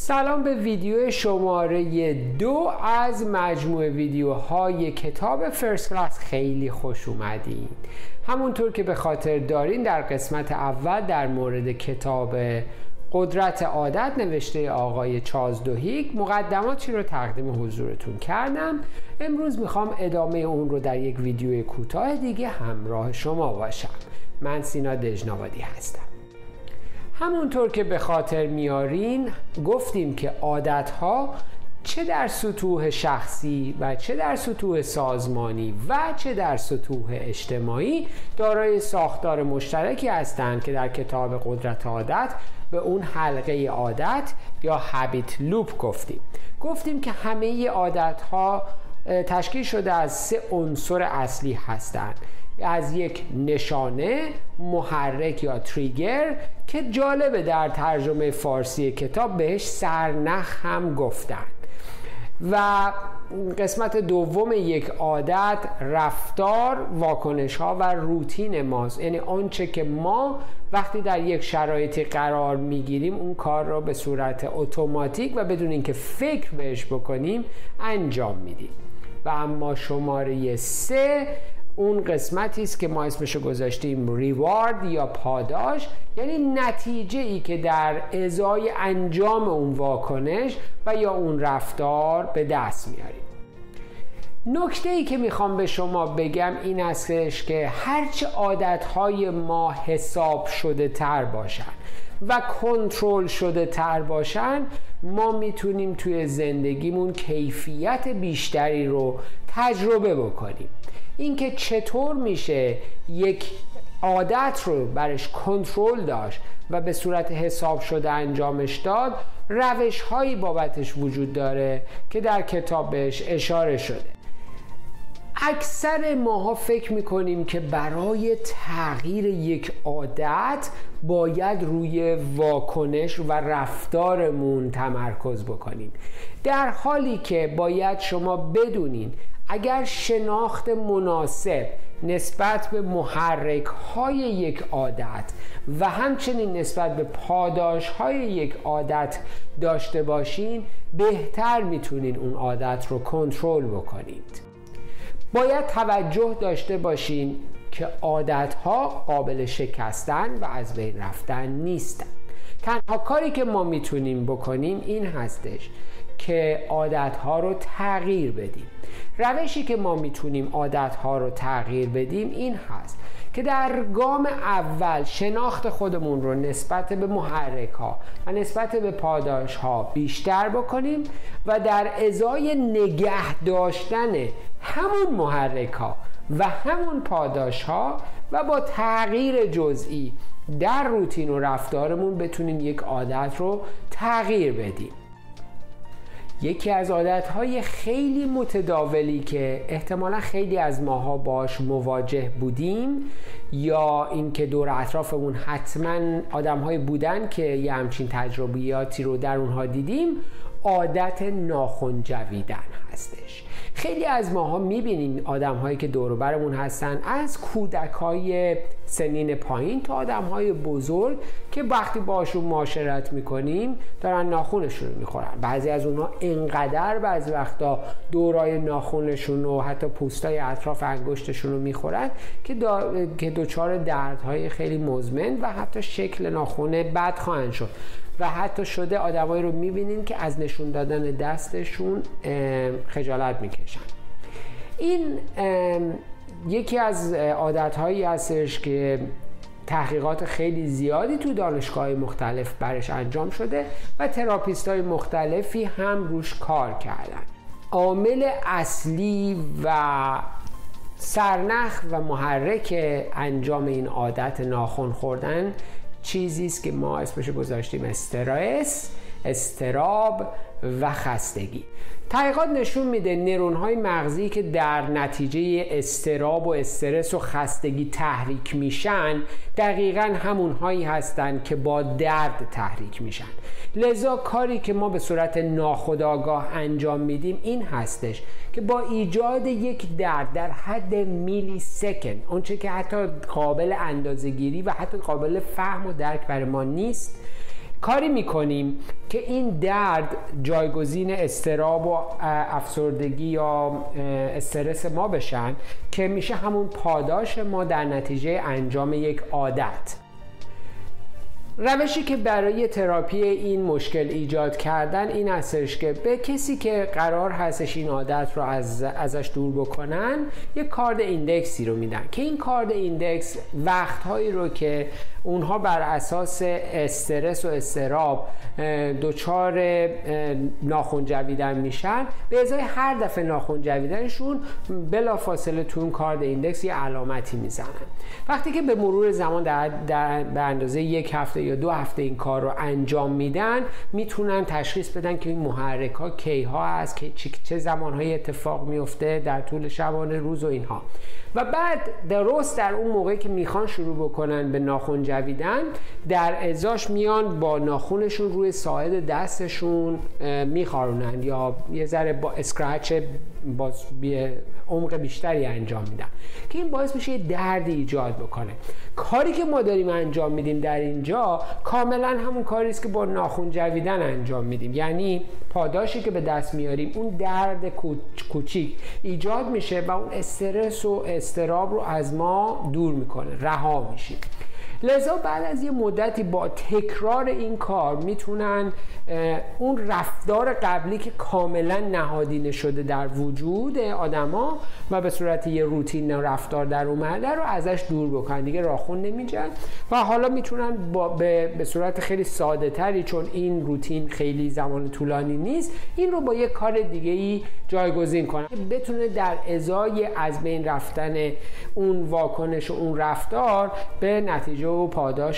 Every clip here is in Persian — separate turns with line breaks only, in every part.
سلام به ویدیو شماره 2 از مجموعه ویدیوهای کتاب فرست کلاس. خیلی خوش اومدین. همونطور که به خاطر دارین در قسمت اول در مورد کتاب قدرت عادت نوشته آقای چارلز دوهیگ مقدماتی رو تقدیم حضورتون کردم. امروز میخوام ادامه اون رو در یک ویدیو کوتاه دیگه همراه شما باشم. من سینا دژناوادی هستم. همونطور که به خاطر میارین گفتیم که عادتها چه در سطوح شخصی و چه در سطوح سازمانی و چه در سطوح اجتماعی دارای ساختار مشترکی هستند که در کتاب قدرت عادت به اون حلقه عادت یا هابیت لوپ گفتیم که همه عادتها تشکیل شده از 3 عنصر اصلی هستند. از یک نشانه، محرک یا تریگر که جالبه در ترجمه فارسی کتاب بهش سرنخ هم گفتن. و قسمت دوم یک عادت رفتار، واکنش ها و روتین ماست، یعنی آنچه که ما وقتی در یک شرایطی قرار میگیریم اون کار را به صورت اتوماتیک و بدون اینکه فکر بهش بکنیم انجام میدیم. و اما شماره 3 اون قسمتی است که ما اسمشو گذاشتیم ریوارد یا پاداش، یعنی نتیجه ای که در ازای انجام اون واکنش و یا اون رفتار به دست میاریم. نکته ای که میخوام به شما بگم این استش که هرچه عادتهای ما حساب شده تر باشن و کنترل شده تر باشن، ما میتونیم توی زندگیمون کیفیت بیشتری رو تجربه بکنیم. اینکه چطور میشه یک عادت رو برش کنترل داشت و به صورت حساب شده انجامش داد، روش هایی بابتش وجود داره که در کتاب بهش اشاره شده. اکثر ماها فکر میکنیم که برای تغییر یک عادت باید روی واکنش و رفتارمون تمرکز بکنیم، در حالی که باید شما بدونین اگر شناخت مناسب نسبت به محرک های یک عادت و همچنین نسبت به پاداش های یک عادت داشته باشین، بهتر میتونین اون عادت رو کنترل بکنید. باید توجه داشته باشین که عادت ها قابل شکستن و از بین رفتن نیستن. تنها کاری که ما میتونیم بکنیم این هستش که عادت‌ها رو تغییر بدیم. روشی که ما میتونیم عادت‌ها رو تغییر بدیم این هست که در گام اول شناخت خودمون رو نسبت به محرک‌ها و نسبت به پاداش‌ها بیشتر بکنیم و در ازای نگه داشتن همون محرک‌ها و همون پاداش‌ها و با تغییر جزئی در روتین و رفتارمون بتونیم یک عادت رو تغییر بدیم. یکی از عادتهای خیلی متداولی که احتمالا خیلی از ماها باش مواجه بودیم یا اینکه دور اطرافمون حتما آدم‌هایی بودن که یه همچین تجربیاتی رو در اونها دیدیم، عادت ناخن جویدن هستش. خیلی از ماها میبینیم آدم‌هایی که دور و برمون هستن، از کودک‌های سنین پایین تا آدم‌های بزرگ که وقتی باشون معاشرت میکنیم دارن ناخنشون رو میخورن. بعضی از اونها انقدر بعضی وقتا دورای ناخنشون و حتی پوستای اطراف انگشتشون رو میخورن که دچار دردهای خیلی مزمن و حتی شکل ناخن بد خواهند شد. و حتی شده آدمایی رو میبینین که از نشون دادن دستشون خجالت میکشن. این یکی از عادتهایی هستش که تحقیقات خیلی زیادی تو دانشگاه‌های مختلف برش انجام شده و تراپیست‌های مختلفی هم روش کار کردن. عامل اصلی و سرنخ و محرک انجام این عادت ناخن خوردن چیزی است که ما اسمش گذاشتیم استرس، اضطراب و خستگی. تحقیقات نشون میده نورون‌های مغزی که در نتیجه اضطراب و استرس و خستگی تحریک میشن دقیقاً همونهایی هستن که با درد تحریک میشن. لذا کاری که ما به صورت ناخودآگاه انجام میدیم این هستش که با ایجاد یک درد در حد میلی سکند، اونچه که حتی قابل اندازه‌گیری و حتی قابل فهم و درک برای ما نیست، کاری میکنیم که این درد جایگزین اضطراب و افسردگی یا استرس ما بشن که میشه همون پاداش ما در نتیجه انجام یک عادت. روشی که برای تراپی این مشکل ایجاد کردن این هستش که به کسی که قرار هستش این عادت رو ازش دور بکنن یک کارت ایندکسی رو میدن که این کارت ایندکس وقتهایی رو که اونها بر اساس استرس و اضطراب دچار ناخن جویدن میشن، به ازای هر دفعه ناخن جویدنشون بلافاصله تو اون کارت ایندکس یه علامتی میزنن. وقتی که به مرور زمان به اندازه 1 هفته یا 2 هفته این کار رو انجام میدن، میتونن تشخیص بدن که این محرک ها کی ها هست، که چه زمان های اتفاق میفته در طول شبانه روز و اینها. و بعد درست در اون موقعی که میخوان شروع بکنن به ناخن جویدن، در ازاش میان با ناخنشون روی ساعد دستشون میخارونن یا یه ذره با اسکرچ با عمق بیشتری انجام میدن که این باعث میشه دردی ایجاد بکنه. کاری که ما داریم انجام میدیم در اینجا کاملا همون کاری است که با ناخن جویدن انجام میدیم، یعنی پاداشی که به دست میاریم اون درد کوچیک ایجاد میشه و اون استرس و اضطراب رو از ما دور میکنه، رها میشیم. لذا بعد از یه مدتی با تکرار این کار میتونن اون رفتار قبلی که کاملا نهادینه شده در وجود آدما و به صورت یه روتین رفتار در اومده رو ازش دور بکنن، دیگه راخون نمیجن و حالا میتونن به صورت خیلی ساده تری، چون این روتین خیلی زمان طولانی نیست، این رو با یه کار دیگه ای جایگزین کنن که بتونه در ازای از بین رفتن اون واکنش و اون رفتار به نتیجه و پاداش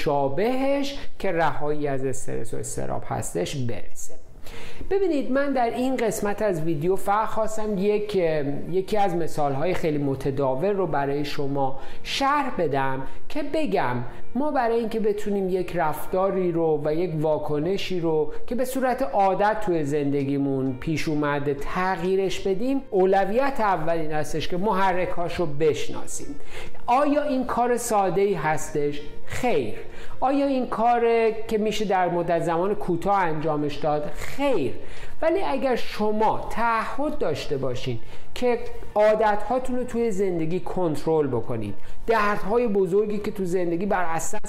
مشابهش که رهایی از استرس و اضطراب هستش برسه. ببینید، من در این قسمت از ویدیو فقط خواستم یکی از مثالهای خیلی متداول رو برای شما شرح بدم که بگم ما برای اینکه بتونیم یک رفتاری رو و یک واکنشی رو که به صورت عادت توی زندگیمون پیش اومده تغییرش بدیم، اولویت اولین هستش که محرکاش رو بشناسیم. آیا این کار ساده‌ای هستش؟ خیر. آیا این کار که میشه در مدت زمان کوتاه انجامش داد؟ خیر. ولی اگر شما تعهد داشته باشین که عادت‌هاتون رو توی زندگی کنترل بکنید، دردهای بزرگی که تو زندگی بر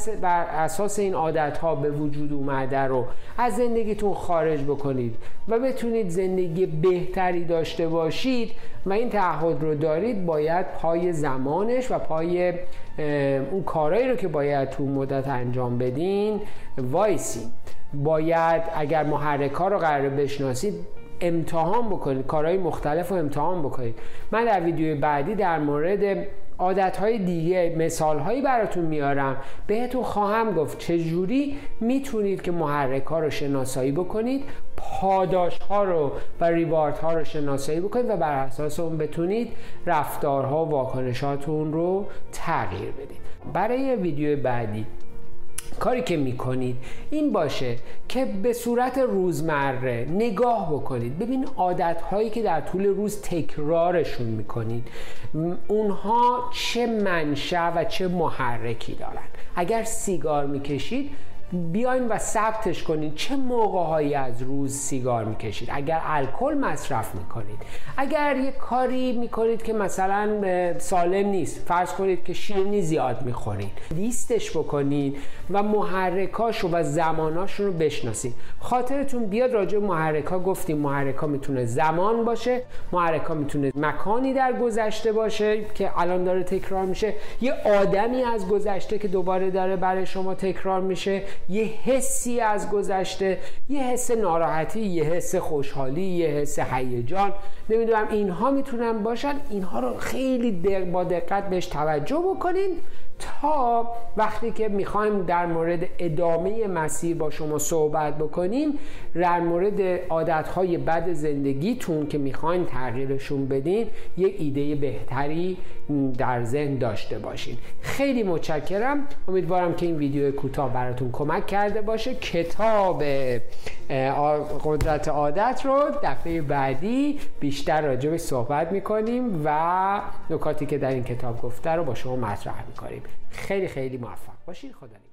اساس این عادت‌ها به وجود اومده رو از زندگیتون خارج بکنید و بتونید زندگی بهتری داشته باشید و این تعهد رو دارید، باید پای زمانش و پای اون کارهایی رو که باید تو مدت انجام بدین وایسین. باید اگر محرک‌ها رو قراره بشناسید امتحان بکنید، کارهای مختلف رو امتحان بکنید. من در ویدیوی بعدی در مورد عادت‌های دیگه مثال‌هایی براتون میارم، بهتون خواهم گفت چجوری میتونید که محرک‌ها رو شناسایی بکنید، پاداش‌ها رو و ریواردها رو شناسایی بکنید و بر اساس اون بتونید رفتارها و واکنشاتون رو تغییر بدید. برای ویدیو بعدی کاری که میکنید این باشه که به صورت روزمره نگاه بکنید، ببین عادت‌هایی که در طول روز تکرارشون میکنید اونها چه منشأ و چه محرکی دارن. اگر سیگار میکشید بیاین و ثبتش کنید چه موقع‌هایی از روز سیگار میکشید. اگر الکل مصرف میکنید، اگر یک کاری میکنید که مثلا سالم نیست، فرض کنید که شیرینی زیاد میخورید، لیستش بکنید و محرکاشو و زماناشون رو بشناسید. خاطرتون بیاد راجع به محرکا گفتیم، محرکا میتونه زمان باشه، محرکا میتونه مکانی در گذشته باشه که الان داره تکرار میشه، یه آدمی از گذشته که دوباره داره برای شما تکرار میشه، یه حسی از گذشته، یه حس ناراحتی، یه حس خوشحالی، یه حس هیجان، نمیدونم اینها میتونن باشن. اینها رو خیلی با دقت بهش توجه بکنین تا وقتی که میخوایم در مورد ادامه مسیر با شما صحبت بکنیم، در مورد عادتهای بد زندگیتون که میخواین تغییرشون بدین یک ایده بهتری در ذهن داشته باشین. خیلی متشکرم، امیدوارم که این ویدیو کوتاه براتون کمک کرده باشه. کتاب قدرت عادت رو دفعه بعدی بیشتر راجع بهش صحبت میکنیم و نکاتی که در این کتاب گفته رو با شما مطرح میکنیم. خیلی خیلی موفق باشین. خدا نگهدار.